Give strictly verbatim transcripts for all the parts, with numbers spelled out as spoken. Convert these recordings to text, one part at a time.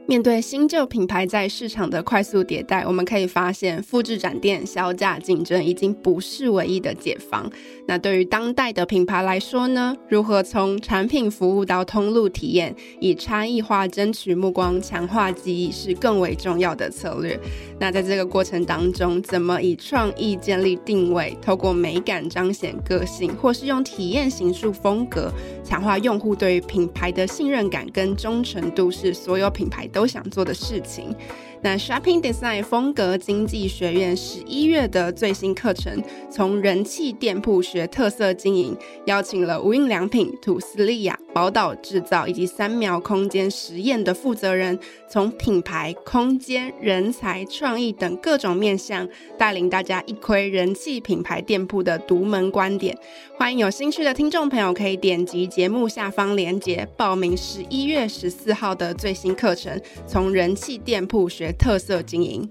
面对新旧品牌在市场的快速迭代，我们可以发现复制展店销价竞争已经不是唯一的解方。那对于当代的品牌来说呢，如何从产品服务到通路体验，以差异化争取目光，强化记忆是更为重要的策略。那在这个过程当中，怎么以创意建立定位，透过美感彰显个性，或是用体验形塑风格，强化用户对于品牌的信任感跟忠诚度，是所有品牌都想做的事情。那 Shopping Design 风格经济学院十一月的最新课程，从人气店铺学特色经营，邀请了无印良品、吐司利亚、宝岛制造以及三秒空间实验的负责人，从品牌、空间、人才、创意等各种面向，带领大家一窥人气品牌店铺的独门观点。欢迎有兴趣的听众朋友可以点击节目下方连结，报名十一月十四号的最新课程，从人气店铺学特色经营。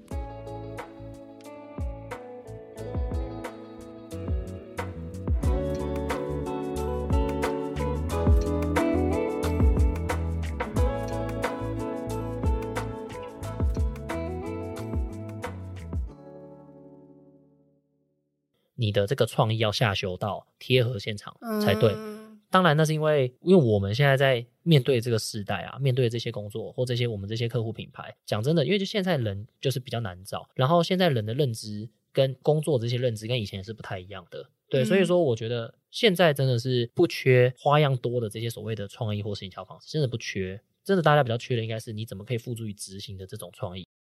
你的这个创意要下修到贴合现场才对、 嗯、 当然那是因为因为我们现在在面对这个时代啊，面对这些工作或这些我们这些客户品牌，讲真的，因为就现在人就是比较难找，然后现在人的认知跟工作这些认知跟以前是不太一样的，对、嗯、所以说我觉得现在真的是不缺花样多的这些所谓的创意或行销方式，真的不缺，真的大家比较缺的应该是你怎么可以付诸于执行的这种创意。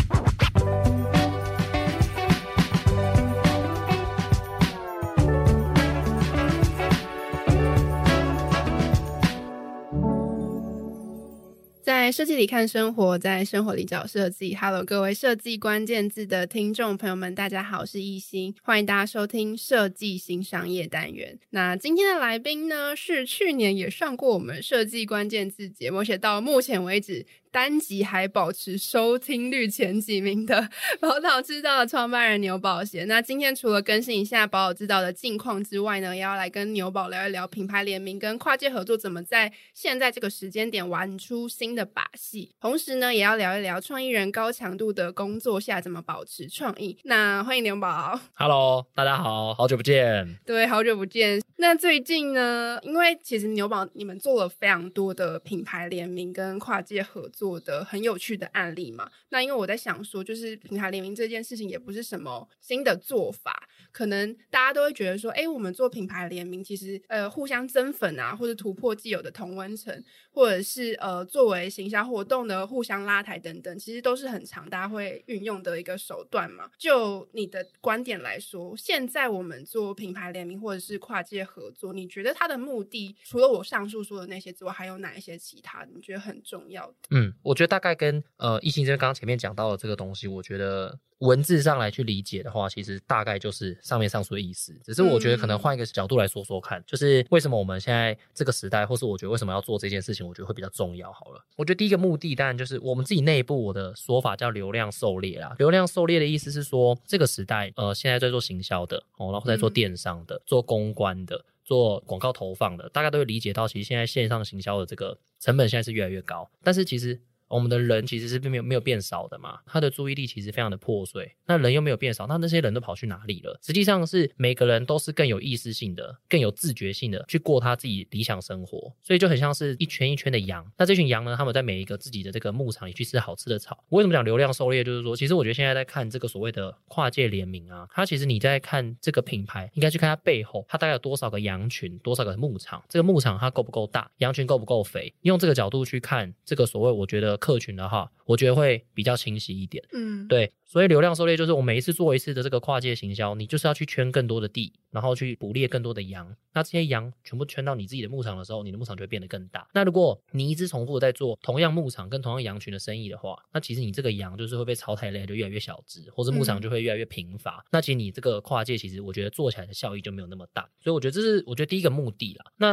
在设计里看生活，在生活里找设计。 Hello 各位设计关键字的听众朋友们，大家好，我是艺兴，欢迎大家收听设计新商业单元。那今天的来宾呢，是去年也上过我们设计关键字节目，而且到目前为止单集还保持收听率前几名的宝岛制造的创办人牛宝贤。那今天除了更新一下宝岛制造的近况之外呢，也要来跟牛宝聊一聊品牌联名跟跨界合作怎么在现在这个时间点玩出新的把戏，同时呢也要聊一聊创意人高强度的工作下怎么保持创意。那欢迎牛宝。 Hello 大家好，好久不见。 对，好久不见。那最近呢，因为其实牛宝你们做了非常多的品牌联名跟跨界合作做的很有趣的案例嘛，那因为我在想说就是品牌联名这件事情也不是什么新的做法，可能大家都会觉得说，哎，我们做品牌联名其实呃互相增粉啊，或者突破既有的同温层，或者是呃作为行销活动的互相拉抬等等，其实都是很常大家会运用的一个手段嘛。就你的观点来说，现在我们做品牌联名或者是跨界合作，你觉得它的目的除了我上述说的那些之外，还有哪一些其他你觉得很重要的？ 嗯，我觉得大概跟呃艺兴这边刚刚前面讲到的这个东西，我觉得文字上来去理解的话，其实大概就是上面上述的意思，只是我觉得可能换一个角度来说说看、嗯、就是为什么我们现在这个时代，或是我觉得为什么要做这件事情，我觉得会比较重要好了。我觉得第一个目的当然就是我们自己内部，我的说法叫流量狩猎啦。流量狩猎的意思是说，这个时代呃现在在做行销的、哦、然后在做电商的、嗯、做公关的，做广告投放的，大家都会理解到其实现在线上行销的这个成本现在是越来越高，但是其实我们的人其实是并没有没有变少的嘛，他的注意力其实非常的破碎，那人又没有变少，那那些人都跑去哪里了？实际上是每个人都是更有意识性的，更有自觉性的去过他自己理想生活，所以就很像是一圈一圈的羊。那这群羊呢，他们在每一个自己的这个牧场里去吃好吃的草。我为什么讲流量狩猎，就是说其实我觉得现在在看这个所谓的跨界联名啊，它其实你在看这个品牌，应该去看它背后它大概有多少个羊群，多少个牧场，这个牧场它够不够大，羊群够不够肥，用这个角度去看这个所谓我觉得客群的话，我觉得会比较清晰一点。嗯，对，所以流量狩猎就是我每一次做一次的这个跨界行销，你就是要去圈更多的地，然后去捕猎更多的羊，那这些羊全部圈到你自己的牧场的时候，你的牧场就会变得更大。那如果你一直重复的在做同样牧场跟同样羊群的生意的话，那其实你这个羊就是会被超太累，就越来越小只，或者牧场就会越来越贫乏、嗯、那其实你这个跨界其实我觉得做起来的效益就没有那么大，所以我觉得这是我觉得第一个目的啦。那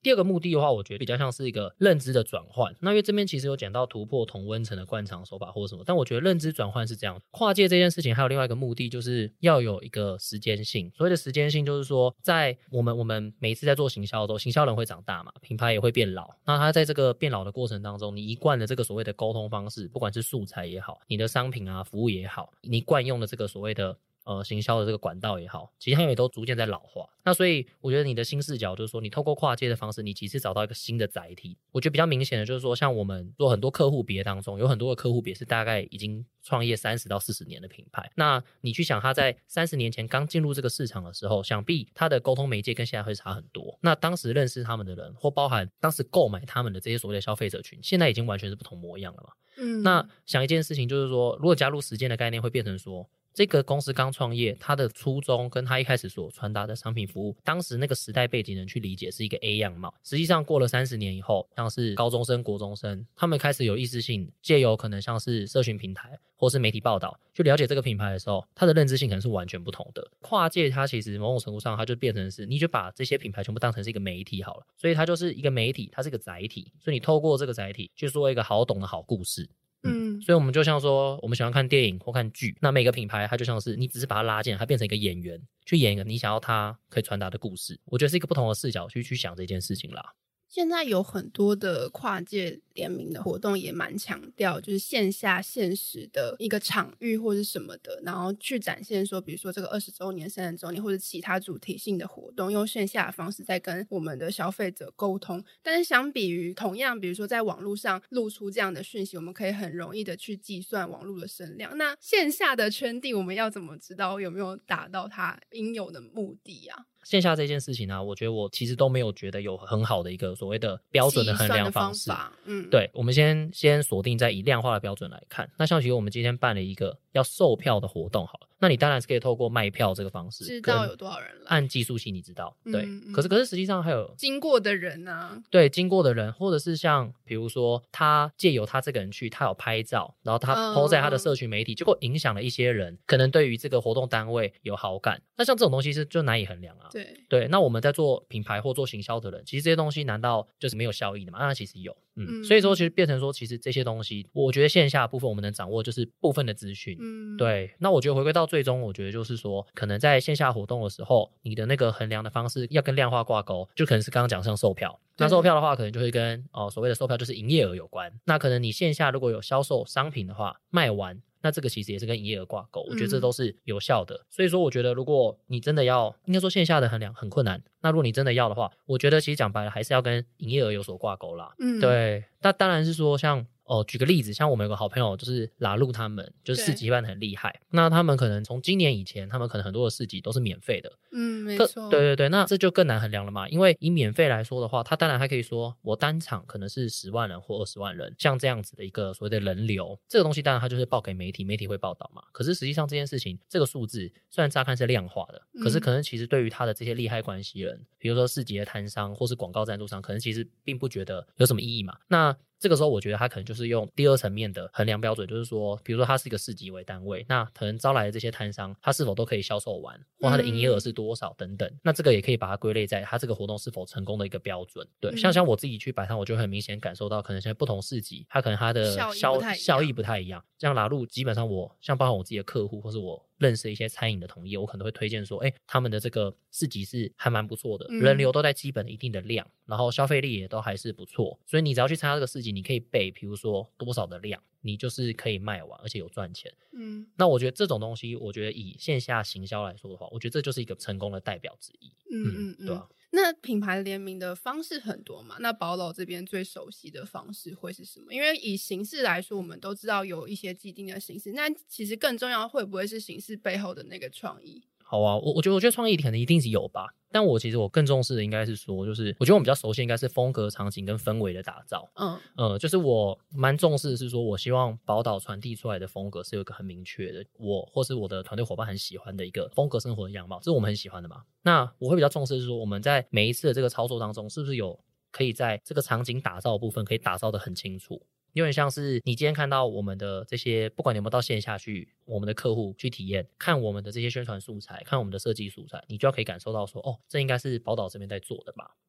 第二个目的的话，我觉得比较像是一个认知的转换。那因为这边其实有讲到突破同温层的惯常手法或什么，但我觉得认知转换是这样。跨界这件事情还有另外一个目的，就是要有一个时间性。所谓的时间性就是说，在我们我们每一次在做行销的时候，行销人会长大嘛，品牌也会变老。那他在这个变老的过程当中，你一贯的这个所谓的沟通方式，不管是素材也好，你的商品啊服务也好，你惯用的这个所谓的呃，行销的这个管道也好，其实它也都逐渐在老化。那所以我觉得你的新视角就是说，你透过跨界的方式，你其实找到一个新的载体。我觉得比较明显的就是说，像我们做很多客户别当中，有很多的客户别是大概已经创业三十到四十年的品牌。那你去想他在三十年前刚进入这个市场的时候，想必他的沟通媒介跟现在会差很多。那当时认识他们的人，或包含当时购买他们的这些所谓的消费者群，现在已经完全是不同模样了嘛。嗯，那想一件事情就是说，如果加入时间的概念，会变成说，这个公司刚创业，它的初衷跟它一开始所传达的商品服务，当时那个时代背景人去理解是一个 A 样貌。实际上过了三十年以后，像是高中生、国中生，他们开始有意识性借由可能像是社群平台或是媒体报道去了解这个品牌的时候，它的认知性可能是完全不同的。跨界它其实某种程度上它就变成是，你就把这些品牌全部当成是一个媒体好了，所以它就是一个媒体，它是一个载体，所以你透过这个载体去说一个好懂的好故事。嗯，所以我们就像说，我们喜欢看电影或看剧，那每个品牌它就像是你只是把它拉进来，它变成一个演员去演一个你想要它可以传达的故事。我觉得是一个不同的视角去去想这件事情啦。 现在有很多的跨界联名的活动也蛮强调就是线下现实的一个场域或是什么的，然后去展现说比如说这个二十周年、三十周年或者其他主题性的活动，用线下的方式在跟我们的消费者沟通。但是相比于同样比如说在网络上露出这样的讯息，我们可以很容易的去计算网络的声量，那线下的圈地我们要怎么知道有没有达到它应有的目的啊？ 线下这件事情啊，我觉得我其实都没有觉得有很好的一个所谓的标准的衡量方式。 方法嗯， 对，我们先先锁定在以量化的标准来看。那像其实我们今天办了一个要售票的活动好了，那你当然是可以透过卖票这个方式知道有多少人来， 按计数器你知道，对、 嗯嗯、 可是可是实际上还有经过的人啊， 对，经过的人，或者是像比如说他借由他这个人去，他有拍照，然后他 po 在他的社群媒体、嗯、结果影响了一些人，可能对于这个活动单位有好感。那像这种东西是就难以衡量啊。 对对，那我们在做品牌或做行销的人，其实这些东西难道就是没有效益的吗？那其实有。嗯，所以说其实变成说，其实这些东西，我觉得线下的部分我们能掌握就是部分的资讯。嗯，对。那我觉得回归到最终，我觉得就是说，可能在线下活动的时候，你的那个衡量的方式要跟量化挂钩，就可能是刚刚讲像售票。那售票的话，可能就会跟哦所谓的售票就是营业额有关。那可能你线下如果有销售商品的话，卖完。那这个其实也是跟营业额挂钩，我觉得这都是有效的、嗯、所以说我觉得如果你真的要应该说线下的衡量很困难，那如果你真的要的话，我觉得其实讲白了还是要跟营业额有所挂钩啦。嗯，对。那当然是说像哦，举个例子，像我们有个好朋友就是拉路他们就是市集办得很厉害，那他们可能从今年以前他们可能很多的市集都是免费的。 嗯，没错。 对对对，那这就更难衡量了嘛，因为以免费来说的话，他当然还可以说我单场可能是十万人或二十万人，像这样子的一个所谓的人流，这个东西当然他就是报给媒体，媒体会报道嘛。可是实际上这件事情这个数字虽然乍看是量化的，可是可能其实对于他的这些利害关系人，比如说市集的摊商或是广告赞助商，可能其实并不觉得有什么意义嘛。那这个时候我觉得他可能就是用第二层面的衡量标准，就是说比如说他是一个市集为单位，那可能招来的这些摊商他是否都可以销售完，或他的营业额是多少等等、嗯、那这个也可以把它归类在他这个活动是否成功的一个标准。对、嗯、像像我自己去摆摊，我就很明显感受到可能现在不同市集它可能它的效效益不太一样。像拉路基本上我像包含我自己的客户或是我认识一些餐饮的同业，我可能会推荐说哎，他们的这个市集是还蛮不错的、嗯、人流都在基本的一定的量，然后消费力也都还是不错，所以你只要去参加这个市集，你可以备比如说多少的量，你就是可以卖完而且有赚钱。嗯，那我觉得这种东西，我觉得以线下行销来说的话，我觉得这就是一个成功的代表之一。嗯嗯嗯，对啊。 那品牌联名的方式很多嘛，那宝老这边最熟悉的方式会是什么？因为以形式来说我们都知道有一些既定的形式，那其实更重要的会不会是形式背后的那个创意？ 好啊，我我觉得我觉得创意可能一定是有吧，但我其实我更重视的应该是说，就是我觉得我们比较熟悉应该是风格、场景跟氛围的打造。嗯呃，就是我蛮重视的是说，我希望宝岛传递出来的风格是有一个很明确的，我或是我的团队伙伴很喜欢的一个风格生活的样貌，这是我们很喜欢的嘛。那我会比较重视的是说，我们在每一次的这个操作当中，是不是有可以在这个场景打造的部分可以打造的很清楚。有点像是你今天看到我们的这些，不管你有没有到线下去我们的客户去体验，看我们的这些宣传素材，看我们的这些宣传素材，你就要可以感受到说，哦，这应该是宝岛这边在做的吧。那这个其实也是跟品牌联名的方式很像。就是我们在每一次的这个操作当中，是不是有可以在这个场景打造的部分可以打造的很清楚。有点像是你今天看到我们的这些，不管你有没有到线下去我们的客户去体验，看我们的这些宣传素材，看我们的这些宣传素材，你就要可以感受到说，哦，这应该是宝岛这边在做的吧。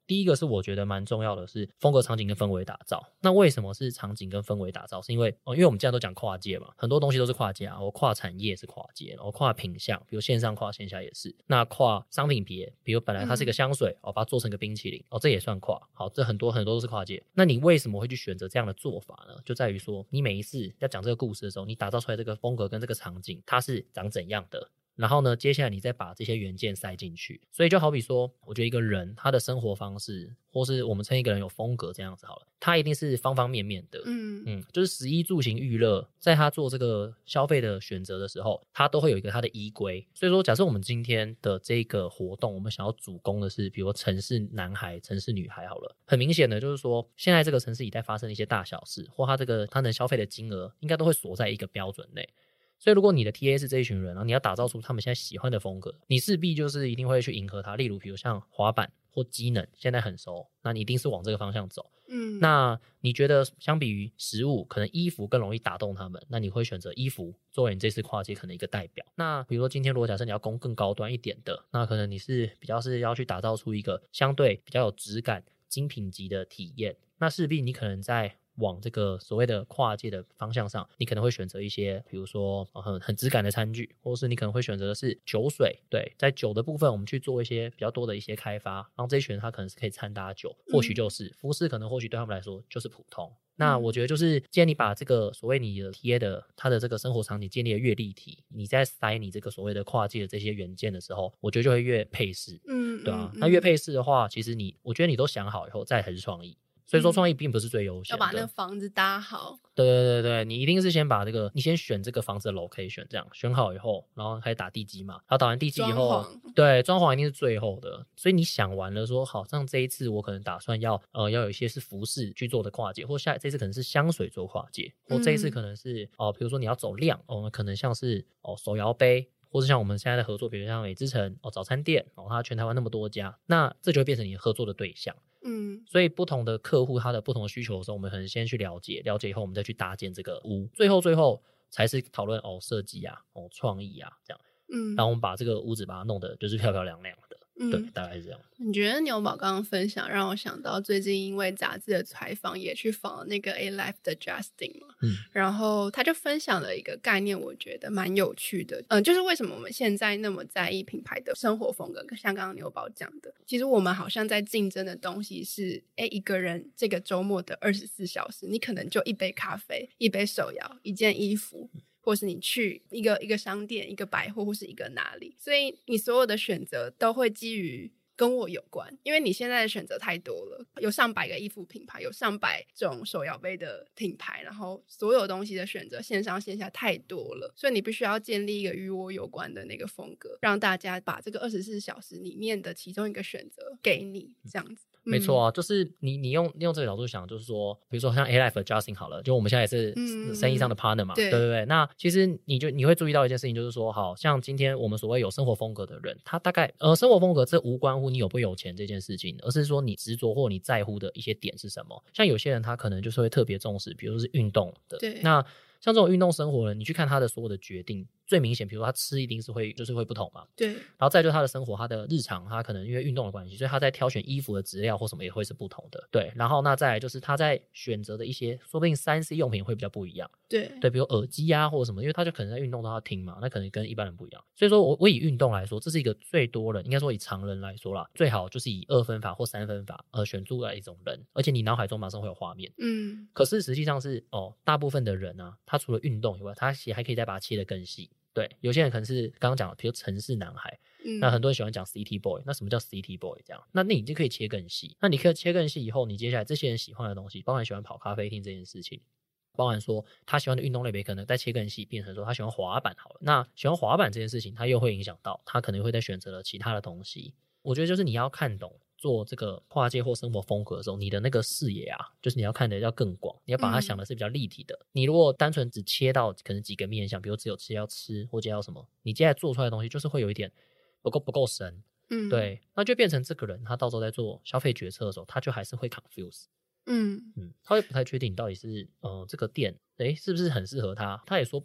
第一个是我觉得蛮重要的是风格、场景跟氛围打造。那为什么是场景跟氛围打造？是因为哦，因为我们既然都讲跨界嘛，很多东西都是跨界啊。我跨产业是跨界，我跨品项，比如线上跨线下也是。那跨商品别，比如本来它是一个香水，嗯、哦，把它做成个冰淇淋，哦，这也算跨。好，这很多很多都是跨界。那你为什么会去选择这样的做法呢？就在于说，你每一次要讲这个故事的时候，你打造出来这个风格跟这个场景，它是长怎样的？然后呢，接下来你再把这些元件塞进去。所以就好比说，我觉得一个人他的生活方式，或是我们称一个人有风格这样子好了，他一定是方方面面的。嗯嗯，就是食衣住行娱乐，在他做这个消费的选择的时候，他都会有一个他的依归。所以说，假设我们今天的这个活动，我们想要主攻的是，比如城市男孩、城市女孩好了，很明显的就是说，现在这个城市一带发生的一些大小事，或他这个他能消费的金额，应该都会锁在一个标准内。所以如果你的 T A 是这一群人，然后你要打造出他们现在喜欢的风格，你势必就是一定会去迎合他。例如比如像滑板或机能现在很熟，那你一定是往这个方向走。嗯，那你觉得相比于食物，可能衣服更容易打动他们，那你会选择衣服作为你这次跨界可能一个代表。那比如说今天如果假设你要攻更高端一点的，那可能你是比较是要去打造出一个相对比较有质感精品级的体验，那势必你可能在往这个所谓的跨界的方向上，你可能会选择一些比如说很很质感的餐具，或是你可能会选择的是酒水。对，在酒的部分我们去做一些比较多的一些开发，然后这一群人他可能是可以掺搭酒，或许就是、嗯、服饰可能或许对他们来说就是普通。那我觉得就是既然你把这个所谓你的 T A 的他的这个生活场景建立的越立体，你在塞你这个所谓的跨界的这些元件的时候，我觉得就会越配饰。嗯，对啊、嗯、那越配饰的话，其实你我觉得你都想好以后再才是创意。所以说创意并不是最优先的、嗯、 要把那个房子搭好。 对对对对，你一定是先把这个，你先选这个房子的 location， 这样选好以后，然后开始打地基嘛。然后打完地基以后，对，装潢一定是最后的。所以你想完了说，好像这一次我可能打算要呃要有一些是服饰去做的跨界，或下这次可能是香水做跨界，或这一次可能是哦、呃，比如说你要走量哦，可能像是哦手摇杯。或是像我们现在的合作，比如像美之城哦早餐店哦，它全台湾那么多家，那这就会变成你合作的对象。嗯，所以不同的客户他的不同的需求的时候，我们可能先去了解，了解以后我们再去搭建这个屋，最后最后才是讨论哦设计啊，哦创意啊这样。嗯，然后我们把这个屋子把它弄得就是漂漂亮亮的。嗯，对，大概是这样。 你觉得牛宝刚刚分享让我想到最近因为杂志的采访也去访了那个 A-Life 的 Justin 嘛，嗯，然后他就分享了一个概念，我觉得蛮有趣的，嗯，就是为什么我们现在那么在意品牌的生活风格，像刚刚牛宝讲的，其实我们好像在竞争的东西是，哎，一个人这个周末的二十四小时，你可能就一杯咖啡、一杯手摇、一件衣服。或是你去一个一个商店、一个百货或是一个哪里，所以你所有的选择都会基于跟我有关，因为你现在的选择太多了，有上百个衣服品牌，有上百种手摇杯的品牌，然后所有东西的选择线上线下太多了，所以你必须要建立一个与我有关的那个风格，让大家把这个二十四小时里面的其中一个选择给你，这样子。 没错啊，就是你你用用这个角度想，就是说，比如说像 A-Life 的 Justin 好了，就我们现在也是生意上的 partner 嘛，嗯、对对对。那其实你就你会注意到一件事情，就是说，好像今天我们所谓有生活风格的人，他大概呃生活风格这无关乎你有不有钱这件事情，而是说你执着或你在乎的一些点是什么。像有些人他可能就是会特别重视，比如说是运动的， 对， 那像这种运动生活人，你去看他的所有的决定。最明显，比如说他吃一定是会就是会不同嘛， 对。 然后再就是他的生活，他的日常，他可能因为运动的关系，所以他在挑选衣服的质料或什么也会是不同的，对。然后那再来就是他在选择的一些，说不定 三 C 用品会比较不一样， 对对，比如耳机啊或者什么，因为他就可能在运动都要听嘛，那可能跟一般人不一样。所以说我我以运动来说，这是一个最多人，应该说以常人来说啦，最好就是以二分法或三分法呃选出来一种人，而且你脑海中马上会有画面，嗯。可是实际上是哦，大部分的人啊，他除了运动以外，他还可以再把它切得更细。对，有些人可能是刚刚讲的，比如城市男孩、嗯，那很多人喜欢讲 City Boy， 那什么叫 City Boy 这样？那那你就可以切更细。那你可以切更细以后，你接下来这些人喜欢的东西，包含喜欢跑咖啡厅这件事情，包含说他喜欢的运动类别，可能再切更细，变成说他喜欢滑板好了。那喜欢滑板这件事情，他又会影响到他可能会再选择了其他的东西。我觉得就是你要看懂做这个跨界或生活风格的时候，你的那个视野啊，就是你要看的要更广，你要把它想的是比较立体的、嗯、你如果单纯只切到可能几个面向，比如只有切要吃或切要什么，你接下来做出来的东西就是会有一点不够不够深，嗯，对，那就变成这个人他到时候在做消费决策的时候，他就还是会 confuse， 嗯嗯，他会不太确定你到底是呃这个店诶是不是很适合他，他也说不准，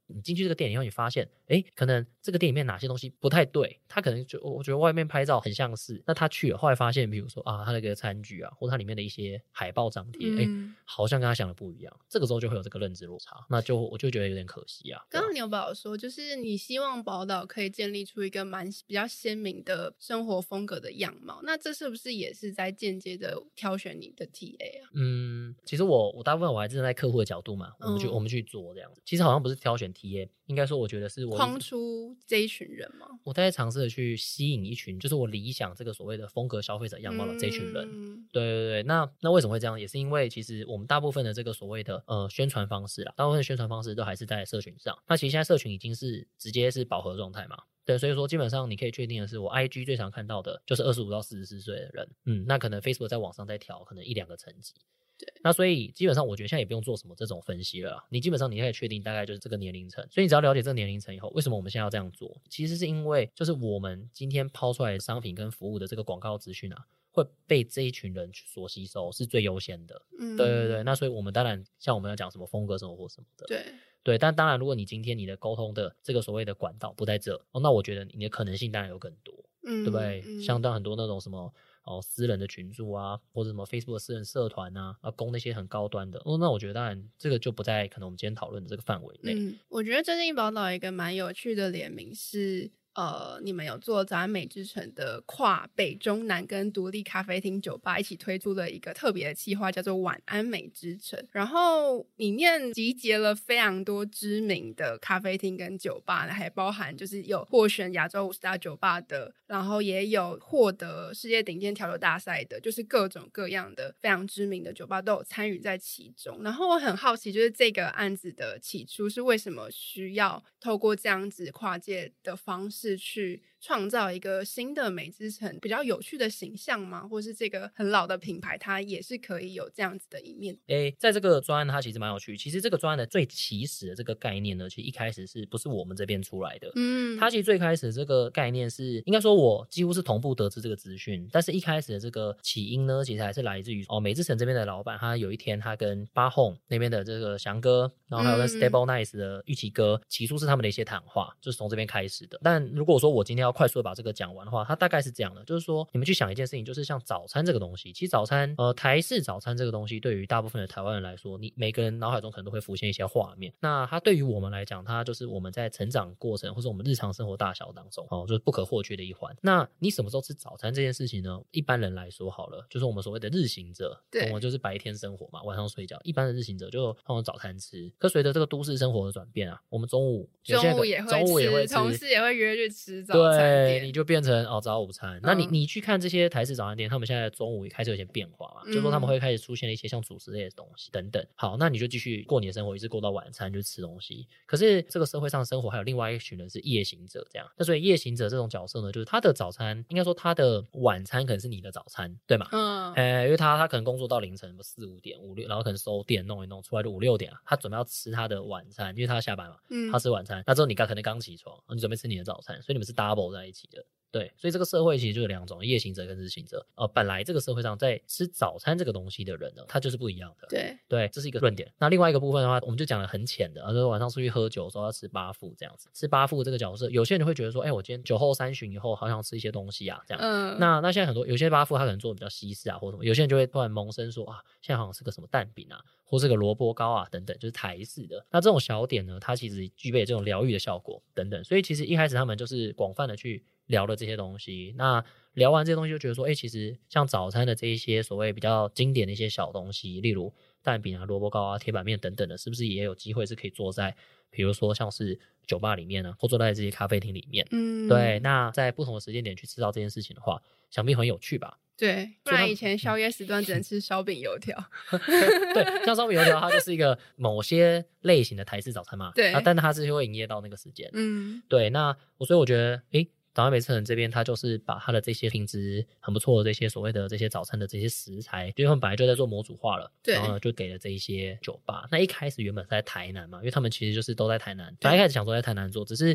你进去这个店以后，你发现，哎，可能这个店里面哪些东西不太对，他可能就我觉得外面拍照很像是，那他去了，后来发现，比如说啊，他那个餐具啊，或它里面的一些海报张贴，哎、嗯，好像跟他想的不一样，这个时候就会有这个认知落差，那就我就觉得有点可惜啊。 刚刚你有宝说，就是你希望宝岛可以建立出一个蛮比较鲜明的生活风格的样貌，那这是不是也是在间接的挑选你的 T A 啊？ 嗯，其实我我大部分我还是站在客户的角度嘛，我们去、嗯、我们去做这样子。其实好像不是挑选 T A， 应该说我觉得是我框出这一群人吗？ 我在尝试的去吸引一群，就是我理想这个所谓的风格消费者样貌的这一群人。嗯、对对对，那那为什么会这样？也是因为其实我们大部分的这个所谓的呃宣传方式啦，大部分的宣传方式都还是在社群上。那其实现在社群已经是直接是饱和状态嘛。对，所以说基本上你可以确定的是，我 I G 最常看到的就是二十五到四十四岁的人，嗯，那可能 Facebook 在网上再调，可能一两个层级。对，那所以基本上我觉得现在也不用做什么这种分析了啦，你基本上你可以确定大概就是这个年龄层，所以你只要了解这个年龄层以后，为什么我们现在要这样做？其实是因为就是我们今天抛出来的商品跟服务的这个广告资讯啊，会被这一群人所吸收，是最优先的。嗯，对对对，那所以我们当然像我们要讲什么风格生活或什么的， 对对，但当然如果你今天你的沟通的这个所谓的管道不在这，哦，那我觉得你的可能性当然有更多，嗯，对不对？嗯、像当很多那种什么。哦，私人的群组啊，或者什么 Facebook 的私人社团啊，啊，供那些很高端的，哦，那我觉得当然这个就不在可能我们今天讨论的这个范围内。 嗯，我觉得最近宝岛一个蛮有趣的联名是。呃，你们有做早安美之城的跨北中南跟独立咖啡厅酒吧一起推出的一个特别的企划，叫做晚安美之城，然后里面集结了非常多知名的咖啡厅跟酒吧，还包含就是有获选亚洲五十大酒吧的，然后也有获得世界顶尖调酒大赛的，就是各种各样的非常知名的酒吧都有参与在其中。然后我很好奇，就是这个案子的起初是为什么需要透过这样子跨界的方式是去创造一个新的美之城比较有趣的形象吗？或是这个很老的品牌它也是可以有这样子的一面？ 诶，在这个专案它其实蛮有趣，其实这个专案的最起始的这个概念呢，其实一开始是不是我们这边出来的？嗯，它其实最开始的这个概念是应该说我几乎是同步得知这个资讯，但是一开始的这个起因呢，其实还是来自于哦美之城这边的老板，他有一天他跟八 Home 那边的这个翔哥，然后还有跟 Stable Nice 的玉琪哥，起初是他们的一些谈话，就是从这边开始的。但如果说我今天要快速的把这个讲完的话，它大概是这样的，就是说你们去想一件事情，就是像早餐这个东西，其实早餐呃台式早餐这个东西对于大部分的台湾人来说，你每个人脑海中可能都会浮现一些画面，那它对于我们来讲，它就是我们在成长过程或者我们日常生活大小当中哦，就是不可或缺的一环。那你什么时候吃早餐这件事情呢？一般人来说好了，就是我们所谓的日行者，我们就是白天生活嘛，晚上睡觉，一般的日行者就通常早餐吃。可随着这个都市生活的转变啊，我们中午中午也会吃， 中午也会吃， 同事也会约去吃早餐店， 对，你就变成哦早午餐。嗯、那你你去看这些台式早餐店，他们现在中午也开始有些变化嘛，嗯、就说他们会开始出现了一些像主食类的东西等等。好，那你就继续过你的生活，一直过到晚餐就吃东西。可是这个社会上生活还有另外一群人是夜行者，这样。那所以夜行者这种角色呢，就是他的早餐，应该说他的晚餐可能是你的早餐，对吗？嗯，呃，因为他他可能工作到凌晨四五点五六，然后可能收店弄一弄出来就五六点啊，他准备要吃他的晚餐，因为他下班嘛，嗯，他吃晚餐。那之后你刚可能刚起床，你准备吃你的早餐，所以你们是 double 在一起的。对，所以这个社会其实就有两种，夜行者跟日行者。呃，本来这个社会上在吃早餐这个东西的人呢，他就是不一样的。 对对，这是一个论点。那另外一个部分的话，我们就讲了很浅的，就是晚上出去喝酒的时候要吃八副这样子。吃八副这个角色，有些人会觉得说，哎、欸，我今天酒后三巡以后，好想吃一些东西啊，这样。嗯。那那现在很多有些八副他可能做的比较西式啊，或者什么，有些人就会突然萌生说啊，现在好像是个什么蛋饼啊，或是个萝卜糕啊等等，就是台式的。那这种小点呢，它其实具备这种疗愈的效果等等。所以其实一开始他们就是广泛的去聊了这些东西，那聊完这些东西就觉得说，哎、欸，其实像早餐的这一些所谓比较经典的一些小东西，例如蛋饼啊、萝卜糕啊、铁板面等等的，是不是也有机会是可以做在，比如说像是酒吧里面啊，或做在这些咖啡厅里面？嗯，对。那在不同的时间点去吃到这件事情的话，想必很有趣吧？ 对，不然以前宵夜时段只能吃烧饼油条。 对，像烧饼油条，它就是一个某些类型的台式早餐嘛。 对， 啊、但它是会营业到那个时间。 嗯， 对。那我所以我觉得，诶。早安美之城这边，他就是把他的这些品质很不错的这些所谓的这些早餐的这些食材，因为他们本来就在做模组化了， 对， 然后呢就给了这一些酒吧。那一开始原本是在台南嘛，因为他们其实就是都在台南，本来一开始想说在台南做，只是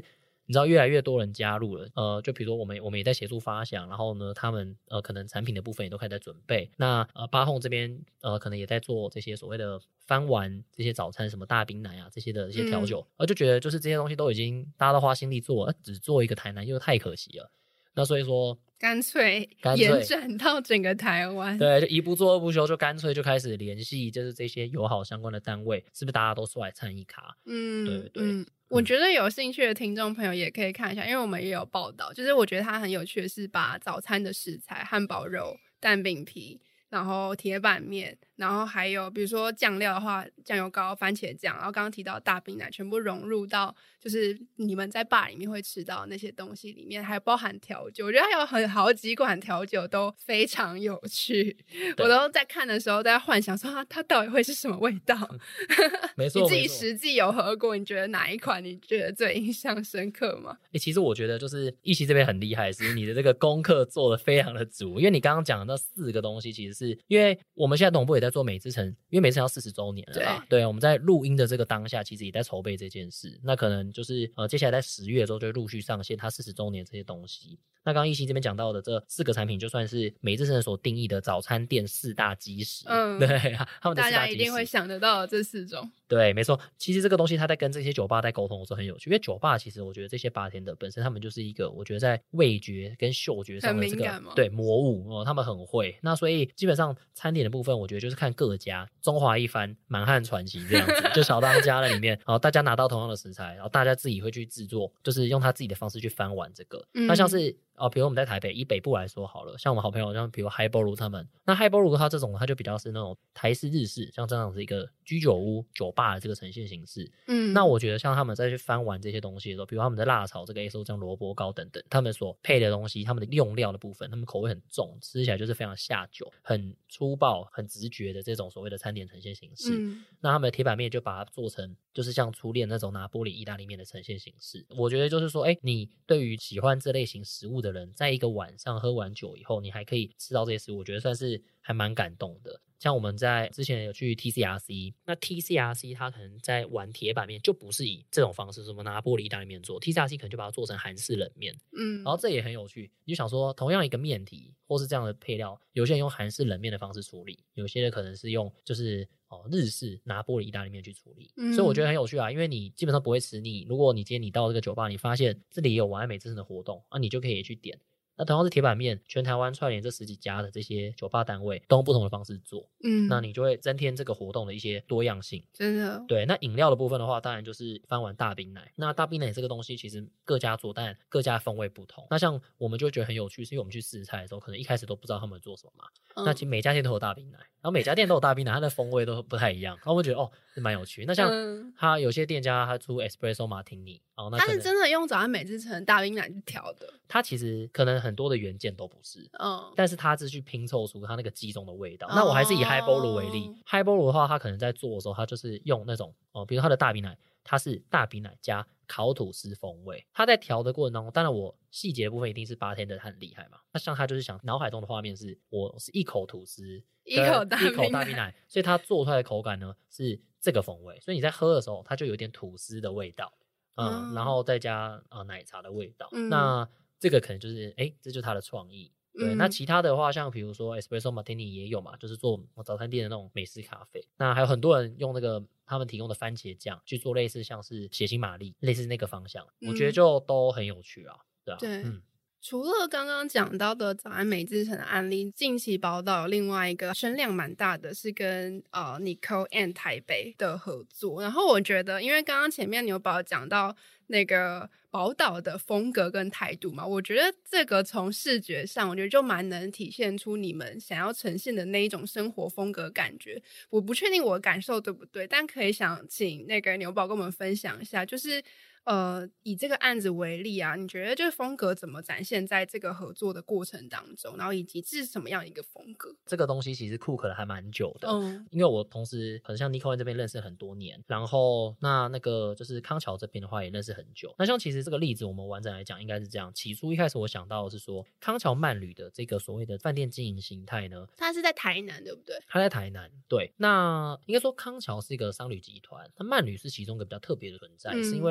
你知道越来越多人加入了，呃，就比如说我们我们也在协助发想，然后呢，他们呃可能产品的部分也都开始在准备。那呃八号这边呃可能也在做这些所谓的翻玩这些早餐，什么大冰奶啊这些的一些调酒，而、嗯、就觉得就是这些东西都已经大家都花心力做了，只做一个台南又太可惜了。那所以说干脆延展到整个台湾， 对，就一不做二不休，就干脆就开始联系，就是这些友好相关的单位，是不是大家都出来参一卡？嗯，对对。 嗯，我觉得有兴趣的听众朋友也可以看一下，因为我们也有报道，就是我觉得它很有趣的是把早餐的食材，汉堡肉、蛋饼皮，然后铁板面，然后还有比如说酱料的话，酱油膏、番茄酱，然后刚刚提到大冰奶，全部融入到就是你们在bar里面会吃到那些东西里面，还包含调酒。我觉得还有很好几款调酒都非常有趣，我都在看的时候在幻想说、啊、它到底会是什么味道。 没错， 你自己实际有喝过，你觉得哪一款你觉得最印象深刻吗？ 欸、其实我觉得就是一期这边很厉害，是你的这个功课做得非常的足，因为你刚刚讲的那四个东西，其实是因为我们现在同步也在做美之城，因为美之城要四十周年了啦，对，对，我们在录音的这个当下，其实也在筹备这件事。那可能就是呃，接下来在十月的时候就会陆续上线它四十周年这些东西。那刚刚一期这边讲到的这四个产品，就算是美之城所定义的早餐店四大基石，嗯，对，他们的四大基石大家一定会想得到的这四种。 对，没错。其实这个东西他在跟这些酒吧在沟通的时候很有趣，因为酒吧其实我觉得这些bartender本身他们就是一个我觉得在味觉跟嗅觉上的这个对魔物哦，他们很会。那所以基本上餐点的部分，我觉得就是看各家中华一番、满汉传奇这样子，就小当家的里面，然后大家拿到同样的食材，然后大家自己会去制作，就是用他自己的方式去翻玩这个。嗯、那像是哦，比如我们在台北以北部来说好了，像我们好朋友像比如 High Ball 他们，那 High Ball 他这种他就比较是那种台式日式，像这样子一个居酒屋酒吧的这个呈现形式。嗯，那我觉得像他们再去翻玩这些东西的时候，比如他们的辣炒这个 S O 酱萝卜糕等等，他们所配的东西，他们的用料的部分，他们口味很重，吃起来就是非常下酒，很粗暴很直觉的这种所谓的餐点呈现形式。嗯，那他们的铁板面就把它做成就是像初恋那种拿玻璃意大利面的呈现形式。我觉得就是说，哎，你对于喜欢这类型食物的人，在一个晚上喝完酒以后，你还可以吃到这些食物，我觉得算是还蛮感动的。像我们在之前有去 T C R C， 那 T C R C 它可能在玩铁板面就不是以这种方式什么拿玻璃意大利面做， T C R C 可能就把它做成韩式冷面。嗯，然后这也很有趣，你就想说同样一个面体或是这样的配料，有些人用韩式冷面的方式处理，有些人可能是用就是哦日式拿玻璃意大利面去处理。嗯，所以我觉得很有趣啊，因为你基本上不会吃腻。如果你今天你到这个酒吧，你发现这里也有晚安美之城的活动啊，你就可以去点。那同样是铁板面，全台湾串联这十几家的这些酒吧单位都用不同的方式做，嗯，那你就会增添这个活动的一些多样性。 真的， 对。那饮料的部分的话，当然就是翻玩大冰奶。那大冰奶这个东西其实各家做，但各家风味不同。那像我们就会觉得很有趣，是因为我们去试菜的时候，可能一开始都不知道他们做什么嘛。嗯、那其实每家店都有大冰奶，然后每家店都有大冰奶，它的风味都不太一样。然后我们觉得哦，是蛮有趣。那像他有些店家他出 Espresso Martini，哦，那他是真的用早安美之城大冰奶去调的。 它其实可能很多的元件都不是，嗯，但是它是去拼凑出它那个鸡中的味道。哦、那我还是以 High Ball 为例 ，High Ball 的话，它可能在做的时候，它就是用那种哦，比如它的大冰奶，它是大冰奶加烤吐司风味。它在调的过程当中，当然我细节的部分一定是bartender很厉害嘛。那像他就是想脑海中的画面是我是一口吐司， 一口大一口大冰奶，所以它做出来的口感呢是这个风味。所以你在喝的时候，它就有点吐司的味道，嗯，嗯然后再加呃奶茶的味道。嗯、那这个可能就是哎，这就是他的创意。对，嗯、那其他的话，像比如说 Espresso Martini 也有嘛，就是做早餐店的那种美式咖啡。那还有很多人用那个他们提供的番茄酱去做类似像是血腥玛丽，类似那个方向，嗯、我觉得就都很有趣啊。对啊， 对， 嗯。 除了刚刚讲到的早安美之城的案例，近期宝岛有另外一个声量蛮大的，是跟呃 Nicole and 台北的合作。然后我觉得，因为刚刚前面牛宝讲到那个宝岛的风格跟态度嘛，我觉得这个从视觉上，我觉得就蛮能体现出你们想要呈现的那一种生活风格感觉。我不确定我的感受对不对，但可以想请那个牛宝跟我们分享一下，就是呃，以这个案子为例啊，你觉得就是风格怎么展现在这个合作的过程当中，然后以及这是什么样一个风格？ 这个东西其实酷可能还蛮久的，嗯，因为我同时可能像 Nicole 这边认识很多年，然后那那个就是康桥这边的话也认识很久。那像其实这个例子我们完整来讲应该是这样，起初一开始我想到的是说康桥慢旅的这个所谓的饭店经营形态呢， 它是在台南对不对？ 它在台南，对。那应该说康桥是一个商旅集团，它慢旅是其中一个比较特别的存在，嗯、是因为慢旅其实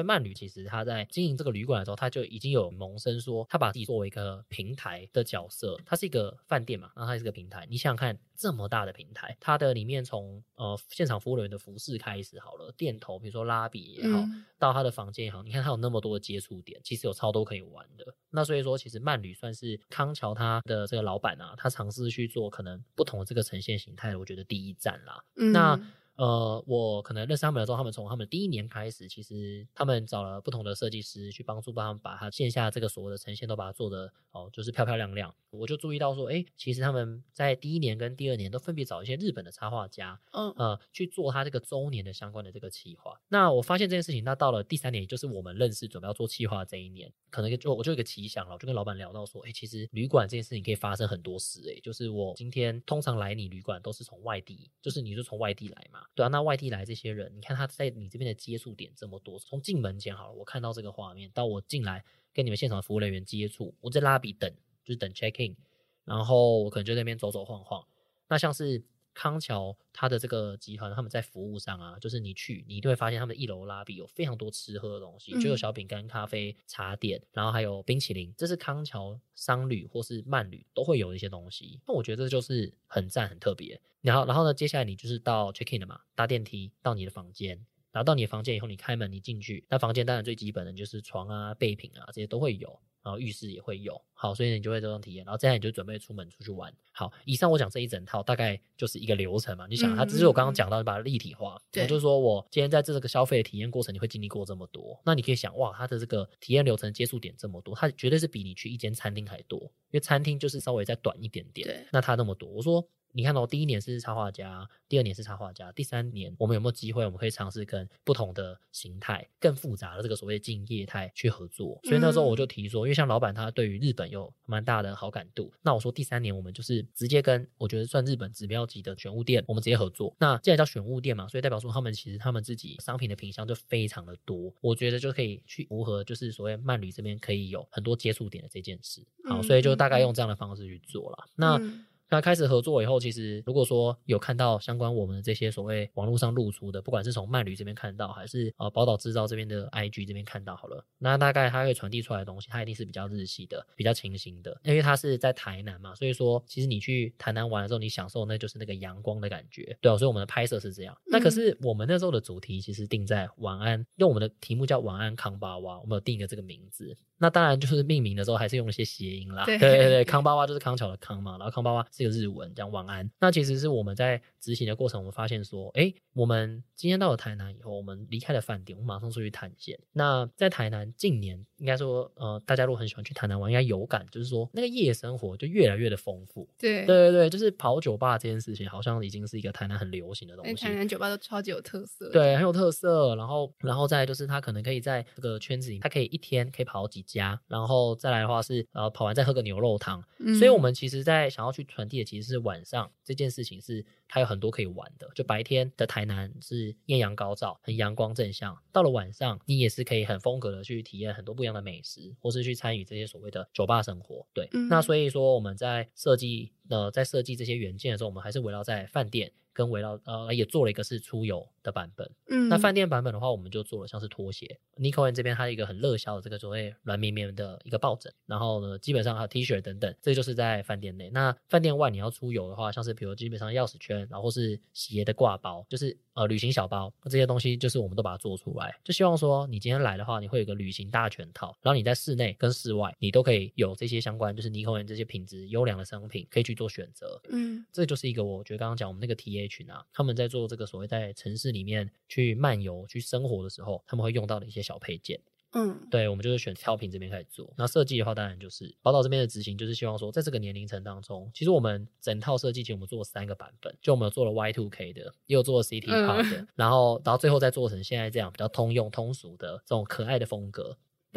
其实他在经营这个旅馆的时候，他就已经有萌生说，他把自己作为一个平台的角色，它是一个饭店嘛，然后它是一个平台。你想想看，这么大的平台，它的里面从呃现场服务人员的服饰开始好了，店头比如说拉比也好，嗯、到他的房间也好，你看他有那么多的接触点，其实有超多可以玩的。那所以说，其实慢旅算是康桥他的这个老板啊，他尝试去做可能不同的这个呈现形态，我觉得第一站啦。嗯、那呃，我可能认识他们的时候，他们从他们第一年开始，其实他们找了不同的设计师去帮助帮他们把他线下这个所谓的呈现都把它做的哦，就是漂漂亮亮。我就注意到说，哎，其实他们在第一年跟第二年都分别找一些日本的插画家，嗯呃，去做他这个周年的相关的这个企划。那我发现这件事情，那到了第三年，也就是我们认识准备要做企划这一年，可能就我就有一个奇想了，我就跟老板聊到说，哎，其实旅馆这件事情可以发生很多事，哎，就是我今天通常来你旅馆都是从外地，就是你就从外地来嘛。对啊，那外地来这些人，你看他在你这边的接触点这么多，从进门前好了，我看到这个画面，到我进来跟你们现场服务人员接触，我在拉比等，就是等 check in， 然后我可能就在那边走走晃晃。那像是康桥他的这个集团，他们在服务上啊，就是你去，你一定会发现他们的一楼拉比有非常多吃喝的东西，就有小饼干、咖啡、茶点，然后还有冰淇淋，这是康桥商旅或是慢旅都会有的一些东西。那我觉得这就是很赞、很特别。然后，然后呢，接下来你就是到 check in 了嘛，搭电梯到你的房间，然后到你的房间以后，你开门，你进去，那房间当然最基本的就是床啊、备品啊这些都会有。然后浴室也会有，好，所以你就会这种体验，然后接下来你就准备出门出去玩。好，以上我讲这一整套大概就是一个流程嘛，你想它只是我刚刚讲到把它立体化，我就是说我今天在这个消费的体验过程你会经历过这么多，那你可以想哇，它的这个体验流程接触点这么多，它绝对是比你去一间餐厅还多，因为餐厅就是稍微再短一点点，那它那么多，我说你看到、哦、第一年是插画家，第二年是插画家，第三年我们有没有机会我们可以尝试跟不同的形态更复杂的这个所谓的竞业态去合作。所以那时候我就提说、嗯、因为像老板他对于日本有蛮大的好感度，那我说第三年我们就是直接跟我觉得算日本指标级的选物店我们直接合作。那既然叫选物店嘛，所以代表说他们其实他们自己商品的品项就非常的多，我觉得就可以去符合就是所谓慢旅这边可以有很多接触点的这件事。好，所以就大概用这样的方式去做了。那、嗯那开始合作以后，其实如果说有看到相关我们的这些所谓网络上露出的，不管是从慢旅这边看到，还是呃宝岛制造这边的 I G 这边看到好了，那大概它会传递出来的东西，它一定是比较日系的，比较清新的，因为它是在台南嘛，所以说其实你去台南玩的时候，你享受那就是那个阳光的感觉，对啊，所以我们的拍摄是这样。那可是我们那时候的主题其实定在晚安，用我们的题目叫晚安康巴哇，我们有定一个这个名字。那当然就是命名的时候还是用了一些谐音啦，对对对，康巴哇就是康桥的康嘛，然后康巴哇是一个日文讲晚安。那其实是我们在执行的过程，我们发现说，哎，我们今天到了台南以后，我们离开了饭店，我们马上出去探险。那在台南近年应该说，呃，大家如果很喜欢去台南玩，应该有感，就是说那个夜生活就越来越的丰富。 对对对对，就是跑酒吧这件事情，好像已经是一个台南很流行的东西。 台南酒吧都超级有特色， 对，很有特色。然后，然后再来就是他可能可以在这个圈子里，他可以一天可以跑几家，然后再来的话是呃跑完再喝个牛肉汤、嗯、所以我们其实在想要去传递的其实是晚上这件事情是它有很多可以玩的，就白天的台南是艳阳高照很阳光正向，到了晚上你也是可以很风格的去体验很多不一样的美食，或是去参与这些所谓的酒吧生活。对、嗯、那所以说我们在设计呃在设计这些元件的时候，我们还是围绕在饭店跟围绕呃也做了一个是出游的版本。嗯，那饭店版本的话，我们就做了像是拖鞋。Nico 这边它有一个很热销的这个所谓软绵绵的一个抱枕，然后呢，基本上还有 T 恤等等，这就是在饭店内。那饭店外你要出游的话，像是比如基本上钥匙圈，然后或是鞋的挂包，就是呃旅行小包，这些东西就是我们都把它做出来，就希望说你今天来的话，你会有一个旅行大全套，然后你在室内跟室外你都可以有这些相关就是 Nico 这些品质优良的商品可以去做选择。嗯，这就是一个我觉得刚刚讲我们那个 T A 群啊，他们在做这个所谓在城市里面去漫游去生活的时候，他们会用到的一些小配件。嗯，对，我们就是选挑品这边开始做。那设计的话，当然就是宝岛这边的执行，就是希望说，在这个年龄层当中，其实我们整套设计，其实我们做了三个版本，就我们有做了 Y 二 K 的，也有做了 City Pop 的、嗯，然后到最后再做成现在这样比较通用通俗的这种可爱的风格。对。嗯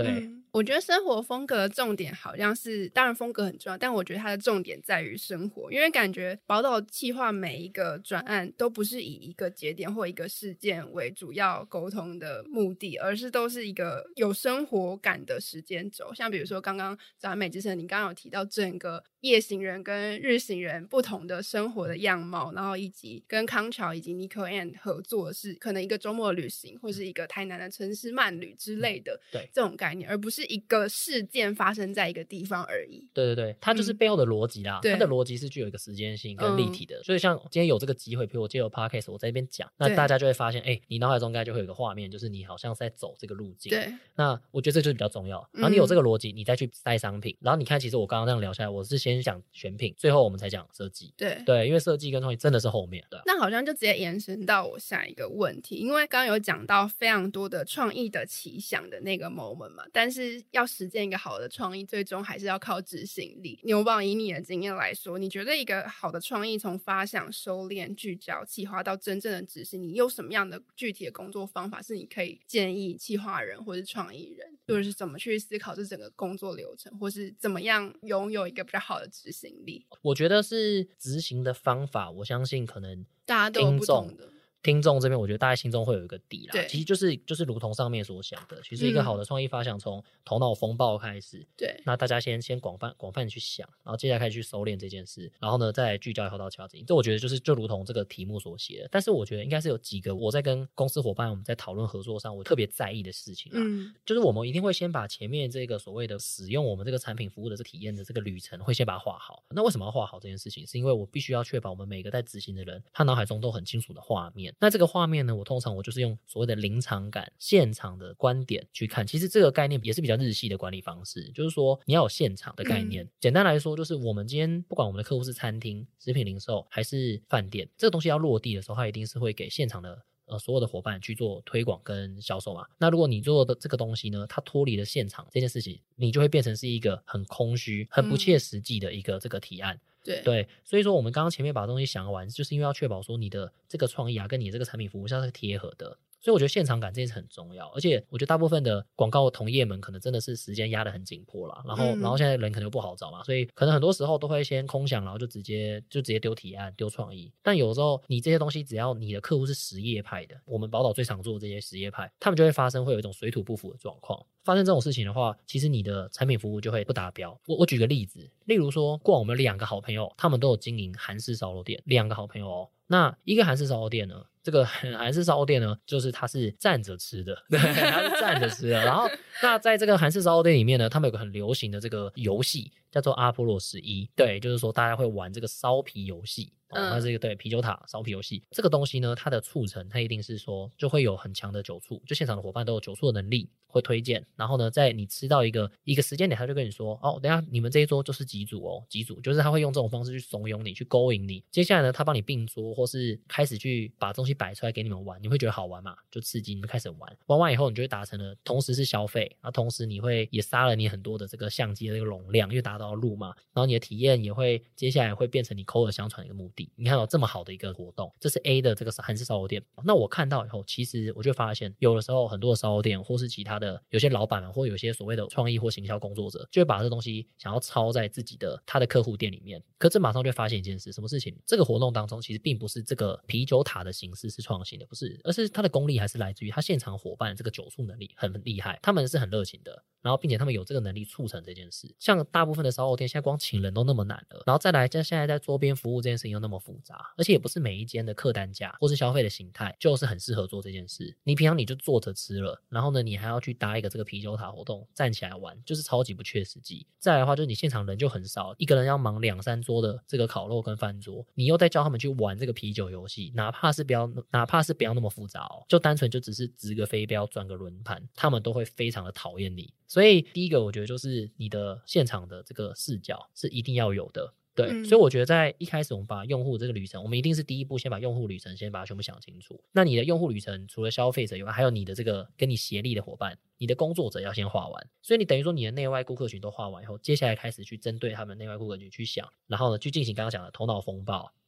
我觉得生活风格的重点好像是，当然风格很重要，但我觉得它的重点在于生活，因为感觉宝岛企划每一个专案都不是以一个节点或一个事件为主要沟通的目的，而是都是一个有生活感的时间轴。像比如说刚刚早安美之城，你刚刚有提到整个夜行人跟日行人不同的生活的样貌，然后以及跟康桥以及 Nico and 合作的是可能一个周末旅行或是一个台南的城市漫旅之类的、嗯、对这种概念，而不是一个事件发生在一个地方而已。 对对对，它就是背后的逻辑啦、嗯、它的逻辑是具有一个时间性跟立体的、嗯、所以像今天有这个机会，比如我借由 podcast 我在这边讲，那大家就会发现哎、欸，你脑海中应该就会有一个画面，就是你好像是在走这个路径。 对， 那我觉得这就是比较重要，然后你有这个逻辑、嗯、你再去带商品，然后你看其实我刚刚这样聊下来，我是先讲选品，最后我们才讲设计。 对对，因为设计跟创意真的是后面。对， 那好像就直接延伸到我下一个问题，因为刚刚有讲到非常多的创意的奇想的那个 moment 嘛，但是要实践一个好的创意，最终还是要靠执行力。牛蒡以你的经验来说，你觉得一个好的创意从发想、收敛、聚焦、企划到真正的执行，你有什么样的具体的工作方法是你可以建议企划人或是创意人，或是怎么去思考这整个工作流程，或是怎么样拥有一个比较好的执行力？ 我觉得是执行的方法，我相信可能大家都有不同的。 听众这边我觉得大家心中会有一个底啦，其实就是就是如同上面所想的，其实一个好的创意发想从头脑风暴开始，对、嗯，那大家先先广泛广泛去想，然后接下来开始去收敛这件事，然后呢再来聚焦以后到企划执行。这我觉得就是就如同这个题目所写的，但是我觉得应该是有几个我在跟公司伙伴我们在讨论合作上我特别在意的事情啊、嗯，就是我们一定会先把前面这个所谓的使用我们这个产品服务的这个体验的这个旅程会先把它画好。那为什么要画好这件事情？是因为我必须要确保我们每个在执行的人他脑海中都很清楚的画面。那这个画面呢，我通常我就是用所谓的临场感、现场的观点去看。其实这个概念也是比较日系的管理方式，就是说你要有现场的概念、嗯、简单来说就是我们今天不管我们的客户是餐厅、食品零售还是饭店，这个东西要落地的时候，它一定是会给现场的呃，所有的伙伴去做推广跟销售嘛。那如果你做的这个东西呢，它脱离了现场这件事情，你就会变成是一个很空虚、很不切实际的一个这个提案。嗯对对，所以说我们刚刚前面把东西想完，就是因为要确保说你的这个创意啊，跟你的这个产品服务是贴合的。所以我觉得现场感这件事很重要，而且我觉得大部分的广告同业们可能真的是时间压得很紧迫啦，然后、嗯、然后现在人可能又不好找嘛，所以可能很多时候都会先空想，然后就直接就直接丢提案丢创意。但有时候你这些东西只要你的客户是实业派的，我们宝岛最常做的这些实业派，他们就会发生会有一种水土不服的状况。发生这种事情的话，其实你的产品服务就会不达标。我我举个例子，例如说过往我们两个好朋友，他们都有经营韩式烧肉店，两个好朋友哦。那一个韩式烧肉店呢，这个韩式烧肉店呢，就是它是站着吃的，对，它是站着吃的。然后，那在这个韩式烧肉店里面呢，他们有个很流行的这个游戏，叫做阿波罗十一，对，就是说大家会玩这个烧皮游戏。哦，它是一个对啤酒塔烧皮游戏这个东西呢，它的促成它一定是说就会有很强的酒促，就现场的伙伴都有酒促的能力会推荐，然后呢在你吃到一个一个时间点，他就跟你说哦，等一下你们这一桌就是几组哦，几组，就是他会用这种方式去怂恿你去勾引你。接下来呢，他帮你并桌或是开始去把东西摆出来给你们玩，你会觉得好玩嘛，就刺激你们开始玩，玩完以后你就会达成了同时是消费，然后同时你会也杀了你很多的这个相机的这个容量，因为达到路嘛，然后你的体验也会接下来会变成你口耳相传的一个目的。你看有这么好的一个活动，这是 A 的这个韩式烧肉店。那我看到以后，其实我就发现有的时候很多的烧肉店或是其他的有些老板们或有些所谓的创意或行销工作者，就会把这东西想要抄在自己的他的客户店里面。可这马上就会发现一件事，什么事情？这个活动当中其实并不是这个啤酒塔的形式是创新的，不是，而是它的功力还是来自于他现场伙伴这个酒促能力很厉害，他们是很热情的，然后并且他们有这个能力促成这件事。像大部分的烧肉店现在光请人都那么难了，然后再来像现在在桌边服务这件事情又那么复杂，而且也不是每一间的客单价或是消费的形态就是很适合做这件事。你平常你就坐着吃了，然后呢你还要去搭一个这个啤酒塔活动站起来玩，就是超级不切实际。再来的话就是你现场人就很少，一个人要忙两三桌的这个烤肉跟饭桌，你又再叫他们去玩这个啤酒游戏，哪怕是不要哪怕是不要那么复杂哦，就单纯就只是掷个飞镖转个轮盘，他们都会非常的讨厌你。所以第一个我觉得就是你的现场的这个视角是一定要有的。对、嗯，所以我觉得在一开始我们把用户这个旅程，我们一定是第一步先把用户旅程先把它全部想清楚。那你的用户旅程除了消费者以外，还有你的这个跟你协力的伙伴，你的工作者要先画完。所以你等于说你的内外顾客群都画完以后，接下来开始去针对他们内外顾客群去想，然后呢去进行刚刚讲的头脑风暴，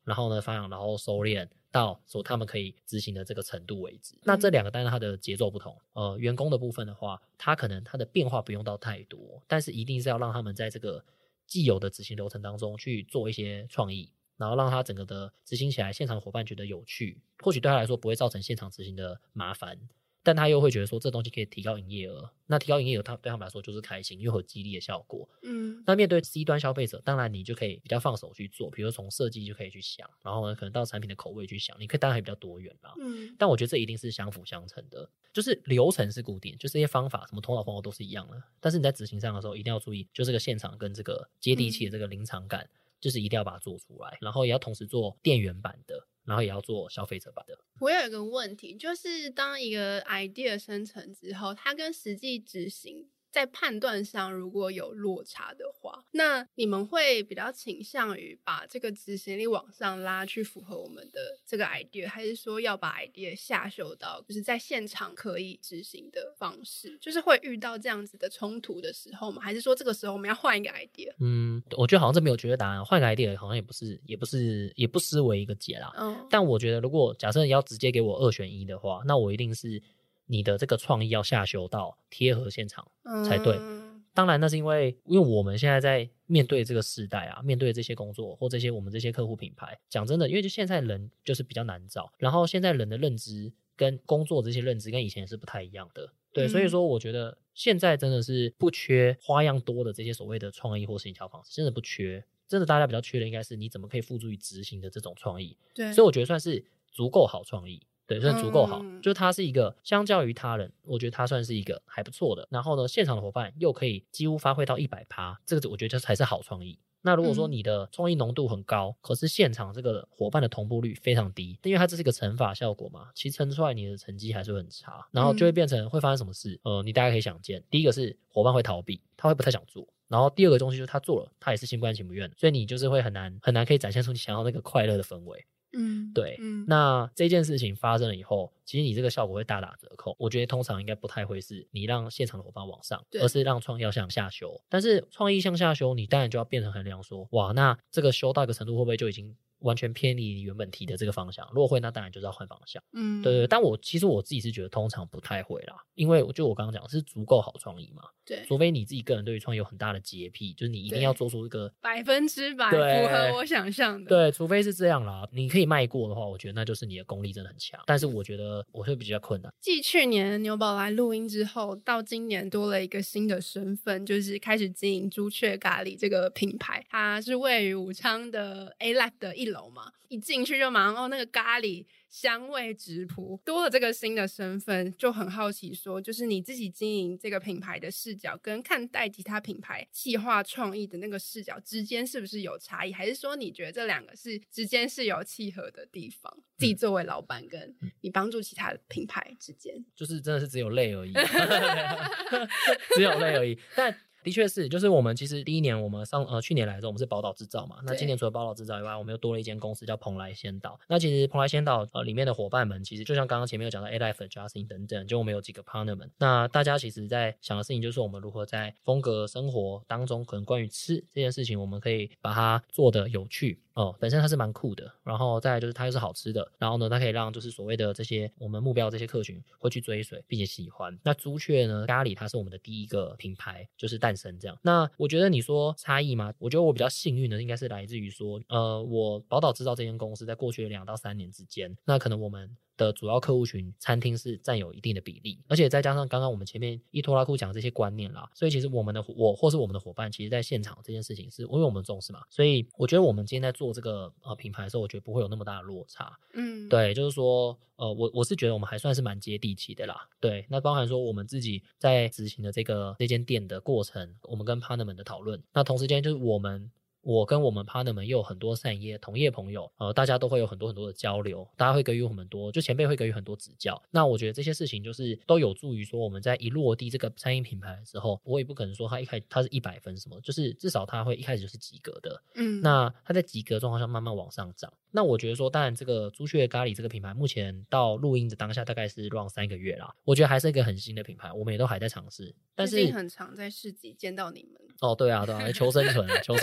然后呢发扬，然后收敛到说他们可以执行的这个程度为止。那这两个当然它的节奏不同，呃，员工的部分的话，它可能它的变化不用到太多，但是一定是要让他们在这个既有的执行流程当中去做一些创意，然后让他整个的执行起来，现场伙伴觉得有趣，或许对他来说不会造成现场执行的麻烦，但他又会觉得说这东西可以提高营业额，那提高营业额他对他们来说就是开心，因为有激励的效果。嗯，那面对 C 端消费者，当然你就可以比较放手去做，比如从设计就可以去想，然后呢可能到产品的口味去想，你可以当然还比较多元啦。嗯，但我觉得这一定是相辅相成的，就是流程是固定，就这些方法什么头脑风格都是一样的，但是你在执行上的时候一定要注意，就这个现场跟这个接地气的这个临场感，嗯，就是一定要把它做出来，然后也要同时做店员版的，然后也要做消费者版的。 我有一个问题，就是当一个 idea 生成之后，它跟实际执行在判断上如果有落差的话，那你们会比较倾向于把这个执行力往上拉去符合我们的这个 idea， 还是说要把 idea 下修到就是在现场可以执行的方式，就是会遇到这样子的冲突的时候吗？还是说这个时候我们要换一个 idea？ 嗯，我觉得好像这没有绝对答案，换个 idea 好像也不是也不是也不失为一个解啦。嗯，但我觉得如果假设你要直接给我二选一的话，那我一定是你的这个创意要下修到贴合现场才对。嗯，当然那是因为因为我们现在在面对这个世代啊，面对这些工作或这些我们这些客户品牌，讲真的，因为就现在人就是比较难找，然后现在人的认知跟工作这些认知跟以前是不太一样的。对，所以说我觉得现在真的是不缺花样多的这些所谓的创意或行销方式，真的不缺，真的大家比较缺的应该是你怎么可以付诸于执行的这种创意。对，所以我觉得算是足够好创意，对，算足够好，嗯，就是它是一个相较于他人，我觉得它算是一个还不错的，然后呢现场的伙伴又可以几乎发挥到 百分之百， 这个我觉得这才是好创意。那如果说你的创意浓度很高，嗯，可是现场这个伙伴的同步率非常低，因为它这是一个乘法效果嘛，其实乘出来你的成绩还是会很差，然后就会变成会发生什么事，呃，你大概可以想见，第一个是伙伴会逃避，他会不太想做，然后第二个东西就是他做了，他也是心不甘情不愿，所以你就是会很难很难可以展现出你想要那个快乐的氛围。嗯，对，嗯，那这件事情发生了以后，其实你这个效果会大打折扣。我觉得通常应该不太会是你让现场的伙伴往上，而是让创意要向下修。但是创意向下修，你当然就要变成衡量说，哇，那这个修到一个程度会不会就已经完全偏离你原本提的这个方向？如果会，那当然就是要换方向。嗯，对对。但我其实我自己是觉得通常不太会啦，因为就我刚刚讲是足够好创意嘛。对，除非你自己个人对于创意有很大的洁癖，就是你一定要做出一个百分之百符合我想象的。 对，除非是这样啦，你可以卖过的话，我觉得那就是你的功力真的很强。但是我觉得我会比较困难。 继去年牛宝来录音之后，到今年多了一个新的身份，就是开始经营朱雀咖喱这个品牌。它是位于武昌的 A Life 的一楼嘛，一进去就马上哦，那个咖喱香味直扑。多了这个新的身份，就很好奇说，就是你自己经营这个品牌的视角跟看待其他品牌企划创意的那个视角之间是不是有差异，还是说你觉得这两个是之间是有契合的地方？自己作为老板跟你帮助其他的品牌之间， 就是真的是只有累而已只有累而已。但的确是，就是我们其实第一年我们上呃去年来的时候，我们是宝岛制造嘛。那今年除了宝岛制造以外，我们又多了一间公司叫蓬莱仙岛。那其实蓬莱仙岛呃里面的伙伴们，其实就像刚刚前面有讲到 A Life Justin 等等，就我们有几个 partner 们。那大家其实在想的事情就是我们如何在风格生活当中，可能关于吃这件事情，我们可以把它做得有趣。哦，本身它是蛮酷的，然后再来就是它又是好吃的，然后呢，它可以让就是所谓的这些我们目标的这些客群会去追随并且喜欢。那朱雀呢，咖喱它是我们的第一个品牌，就是诞生这样。那我觉得你说差异吗？我觉得我比较幸运的应该是来自于说，呃，我宝岛制造这间公司在过去的两到三年之间，那可能我们的主要客户群餐厅是占有一定的比例，而且再加上刚刚我们前面伊托拉库讲的这些观念啦，所以其实我们的我或是我们的伙伴，其实在现场这件事情是因为我们重视嘛，所以我觉得我们今天在做这个呃品牌的时候，我觉得不会有那么大的落差。嗯，对，就是说呃我我是觉得我们还算是蛮接地气的啦。对，那包含说我们自己在执行的这个这间店的过程，我们跟 partner 们的讨论，那同时间就是我们我跟我们 partner 们又有很多善业同业朋友，呃，大家都会有很多很多的交流，大家会给予我们很多，就前辈会给予很多指教。那我觉得这些事情就是都有助于说我们在一落地这个餐饮品牌的时候，我也不可能说他一开始他是一百分什么，就是至少他会一开始就是及格的。嗯，那他在及格状况下慢慢往上涨。那我觉得说，当然这个朱雀咖喱这个品牌目前到录音的当下大概是 run 三个月啦，我觉得还是一个很新的品牌，我们也都还在尝试。但是最近很常在市集见到你们。 哦，对啊，对啊，求生存，求生存。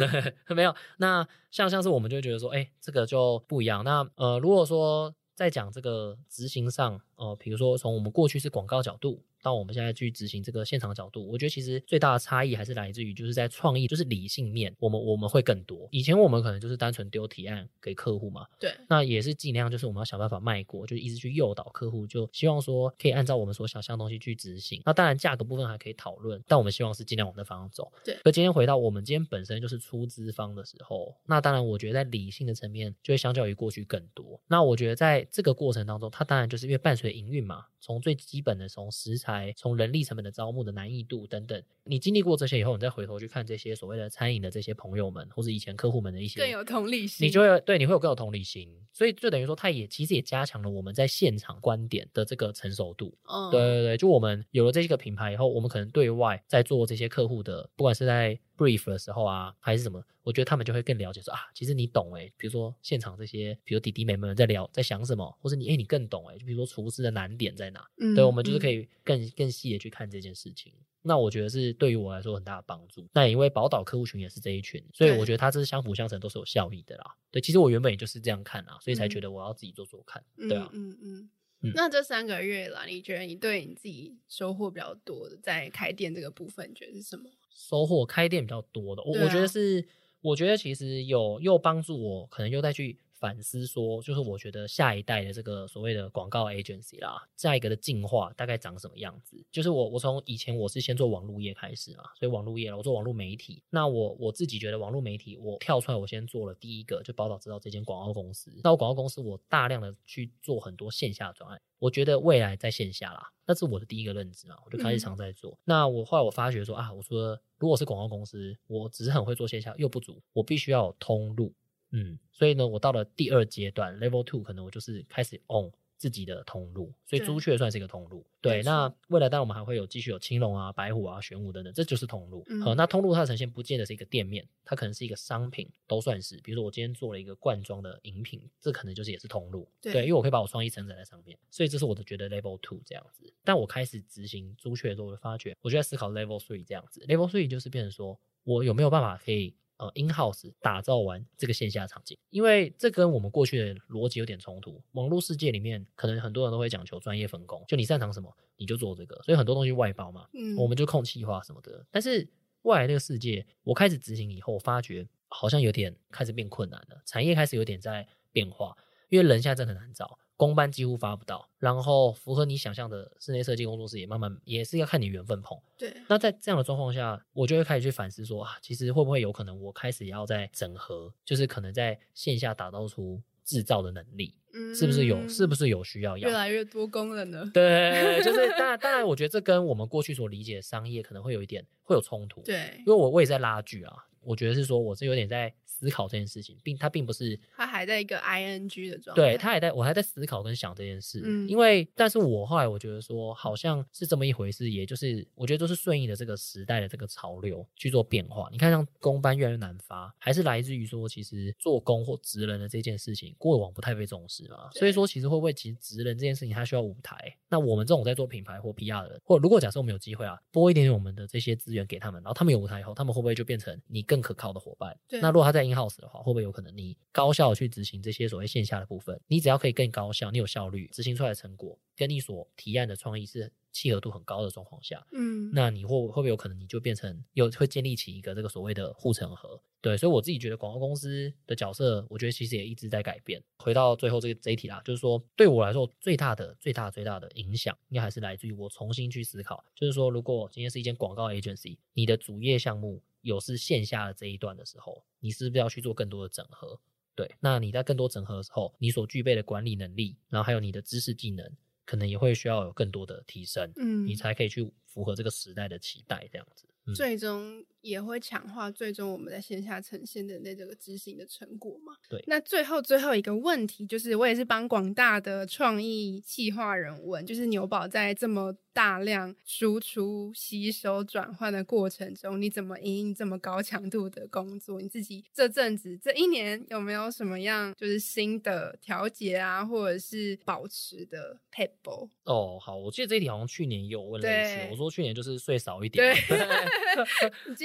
对，没有。那像像是我们就会觉得说，哎、欸，这个就不一样。那呃，如果说在讲这个执行上，呃，比如说从我们过去是广告角度，到我们现在去执行这个现场角度，我觉得其实最大的差异还是来自于就是在创意，就是理性面，我们我们会更多。以前我们可能就是单纯丢提案给客户嘛， 对， 那也是尽量就是我们要想办法卖过，就一直去诱导客户，就希望说可以按照我们所想象的东西去执行。那当然价格部分还可以讨论，但我们希望是尽量往那方向走。 对， 可今天回到我们今天本身就是出资方的时候，那当然我觉得在理性的层面就会相较于过去更多。那我觉得在这个过程当中，它当然就是因为伴随营运嘛，从最基本的从食材、从人力成本的招募的难易度等等，你经历过这些以后，你再回头去看这些所谓的餐饮的这些朋友们，或是以前客户们的一些， 更有同理心， 你就会对你会有更有同理心，所以就等于说，它也其实也加强了我们在现场观点的这个成熟度。嗯，对对对，就我们有了这个品牌以后，我们可能对外在做这些客户的，不管是在 brief 的时候啊，还是什么，我觉得他们就会更了解说啊，其实你懂哎、欸，比如说现场这些，比如弟弟妹妹们在聊在想什么，或者你哎、欸、你更懂哎、欸，就比如说厨师的难点在哪，嗯、对，我们就是可以更更细的去看这件事情。那我觉得是对于我来说很大的帮助。那因为宝岛客户群也是这一群，所以我觉得它这是相辅相成，都是有效益的啦。对，其实我原本也就是这样看啦，所以才觉得我要自己做做看。嗯、对啊， 嗯嗯嗯。那这三个月啦，你觉得你对你自己收获比较多的，在开店这个部分，你觉得是什么？ 收获开店比较多的，我、啊、我觉得是，我觉得其实有又帮助我，可能又再去反思说，就是我觉得下一代的这个所谓的广告 agency 啦，下一个的进化大概长什么样子？就是我我从以前我是先做网络业开始嘛，所以网络业我做网络媒体。那我我自己觉得网络媒体，我跳出来，我先做了第一个，就宝岛知道这间广告公司。那我广告公司我大量的去做很多线下专案，我觉得未来在线下啦，那是我的第一个认知嘛，我就开始常在做。嗯、那我后来我发觉说啊，我除了如果是广告公司，我只是很会做线下又不足，我必须要有通路。嗯，所以呢，我到了第二阶段 level two， 可能我就是开始 own 自己的通路，所以朱雀算是一个通路。对，那未来当然我们还会有继续有青龙啊、白虎啊、玄武等等，这就是通路。嗯、呃，那通路它呈现不见得是一个店面，它可能是一个商品，都算是。比如说我今天做了一个罐装的饮品，这可能就是也是通路。对，对，因为我可以把我创意承载在上面，所以这是我的觉得 level two 这样子。但我开始执行朱雀的时候，我就发觉，我就在思考 level three 这样子。level three 就是变成说我有没有办法可以。呃 ，in-house 打造完这个线下场景，因为这跟我们过去的逻辑有点冲突。网络世界里面，可能很多人都会讲求专业分工，就你擅长什么，你就做这个，所以很多东西外包嘛，嗯，我们就控企划什么的。但是未来这个世界，我开始执行以后，发觉好像有点开始变困难了，产业开始有点在变化，因为人现在真的很难找。公班几乎发不到，然后符合你想象的室内设计工作室也慢慢也是要看你缘分碰。 对， 那在这样的状况下，我就会开始去反思说啊，其实会不会有可能我开始要在整合，就是可能在线下打造出制造的能力，嗯、是不是有是不是有需要要越来越多功能了？ 对，就是当然当然，我觉得这跟我们过去所理解的商业可能会有一点会有冲突。 对， 因为我我也在拉锯啊，我觉得是说我是有点在思考这件事情，并它并不是他还在一个 I N G 的状态， 对，他还在我还在思考跟想这件事，嗯，因为但是我后来我觉得说好像是这么一回事，也就是我觉得都是顺应的这个时代的这个潮流去做变化。你看像公班越来越难发，还是来自于说其实做工或职人的这件事情过往不太被重视嘛，所以说其实会不会其实职人这件事情它需要舞台，那我们这种在做品牌或 P R 的人，或如果假设我们有机会啊拨一点点我们的这些资源给他们，然后他们有舞台以后，他们会不会就变成你更可靠的伙伴？那如果他在 in-house 的话，会不会有可能你高效去执行这些所谓线下的部分，你只要可以更高效，你有效率，执行出来的成果跟你所提案的创意是契合度很高的状况下，嗯，那你会会不会有可能你就变成有会建立起一个这个所谓的护城河？对，所以我自己觉得广告公司的角色，我觉得其实也一直在改变。回到最后这个这一题啦，就是说对我来说最大的最大最大的影响，应该还是来自于我重新去思考，就是说如果今天是一间广告 agency， 你的主业项目有是线下的这一段的时候，你是不是要去做更多的整合？对，那你在更多整合的时候，你所具备的管理能力，然后还有你的知识技能，可能也会需要有更多的提升，嗯，你才可以去符合这个时代的期待，这样子。嗯、 最终也会强化最终我们在线下呈现的那这个执行的成果嘛。 对， 那最后最后一个问题，就是我也是帮广大的创意企划人问，就是牛宝在这么大量输出吸收转换的过程中，你怎么因应这么高强度的工作？你自己这阵子这一年有没有什么样就是新的调节啊，或者是保持的 pebble？ 哦，好，我记得这一题好像去年也有问类似，我说去年就是睡少一点，对， 今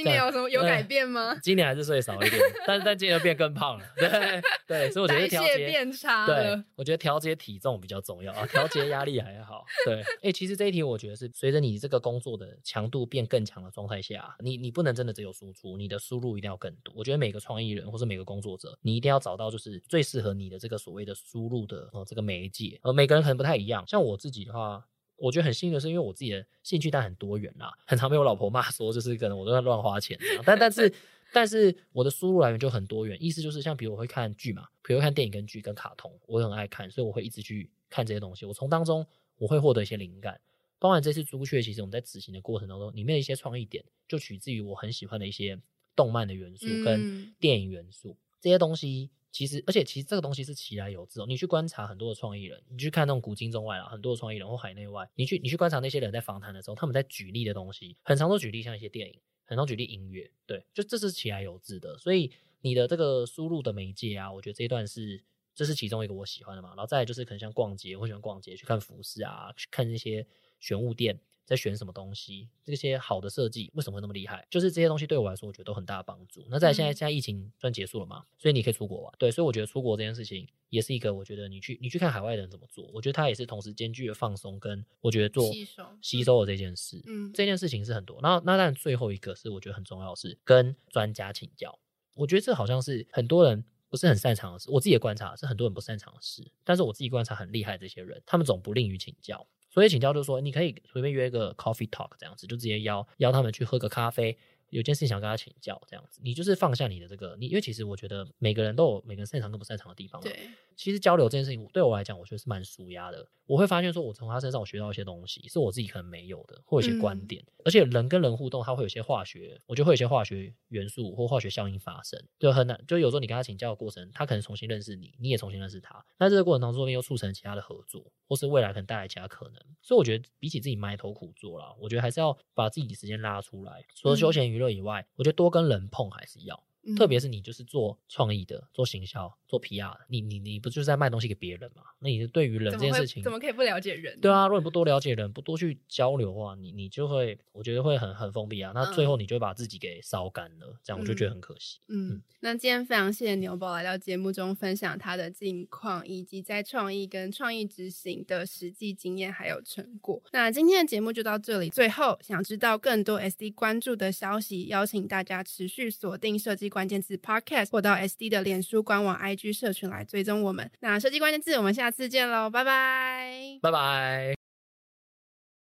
年有什么有改变吗？ 今年还是睡少一点，但但今年变更胖了，对对，所以我觉得调节代谢变差了。 对，我觉得调节体重比较重要啊，调节压力还好。对，哎、欸，其实这一题我觉得是随着你这个工作的强度变更强的状态下，你你不能真的只有输出，你的输入一定要更多。我觉得每个创意人或是每个工作者，你一定要找到就是最适合你的这个所谓的输入的呃这个媒介，而每个人可能不太一样。像我自己的话，我觉得很幸运的是，因为我自己的兴趣但很多元啦，很常被我老婆骂说，就是可能我都在乱花钱这样，但但是但是我的输入来源就很多元，意思就是像比如我会看剧嘛，比如看电影跟剧跟卡通，我很爱看，所以我会一直去看这些东西，我从当中我会获得一些灵感。包含这次朱雀，其实我们在执行的过程当中，里面的一些创意点就取自于我很喜欢的一些动漫的元素跟电影元素，嗯、这些东西其实，而且其实这个东西是其来有自哦。你去观察很多的创意人，你去看那种古今中外啦，很多的创意人或海内外，你去你去观察那些人在访谈的时候，他们在举例的东西，很常都举例像一些电影，很常举例音乐，对，就这是其来有自的。所以你的这个输入的媒介啊，我觉得这一段是。这是其中一个我喜欢的嘛，然后再来就是可能像逛街，我喜欢逛街，去看服饰啊，去看那些选物店在选什么东西，这些好的设计为什么会那么厉害？就是这些东西对我来说，我觉得都很大的帮助。那再来现在、嗯、现在疫情算结束了嘛，所以你可以出国玩，对，所以我觉得出国这件事情也是一个，我觉得你去你去看海外的人怎么做，我觉得它也是同时兼具了放松跟我觉得做吸收吸收的这件事，嗯，这件事情是很多。那那当然最后一个是我觉得很重要的是跟专家请教，我觉得这好像是很多人。不是很擅长的事，我自己的观察是很多人不擅长的事，但是我自己观察很厉害的这些人，他们总不吝于请教。所以请教就是说，你可以随便约一个 coffee talk 这样子，就直接邀邀他们去喝个咖啡，有件事情想跟他请教这样子，你就是放下你的这个，你因为其实我觉得每个人都有每个人擅长跟不擅长的地方嘛。 对， 其实交流这件事情对我来讲，我觉得是蛮舒压的。我会发现说，我从他身上我学到一些东西，是我自己可能没有的，或有一些观点。嗯、而且人跟人互动，他会有一些化学，我觉得会有一些化学元素或化学效应发生，就很难。就有时候你跟他请教的过程，他可能重新认识你，你也重新认识他。那这个过程当中又促成其他的合作，或是未来可能带来其他可能。所以我觉得比起自己埋头苦做啦，我觉得还是要把自己的时间拉出来。除了休闲娱乐以外，我觉得多跟人碰还是要。特别是你就是做创意的，做行销，做 P R 的，你你你不就是在卖东西给别人嘛？那你对于人这件事情， 怎么可以不了解人？ 对啊，如果你不多了解人，不多去交流的话，你你就会，我觉得会很很封闭啊。那最后你就会把自己给烧干了，嗯、这样我就觉得很可惜。 嗯，嗯那今天非常谢谢牛宝来到节目中分享他的近况，以及在创意跟创意执行的实际经验还有成果。那今天的节目就到这里。最后，想知道更多 S D 关注的消息，邀请大家持续锁定设计关键字 Podcast。或到 S D 的脸书官网 I G 社群来追踪我们。那设计关键字我们下次见咯，拜拜拜拜。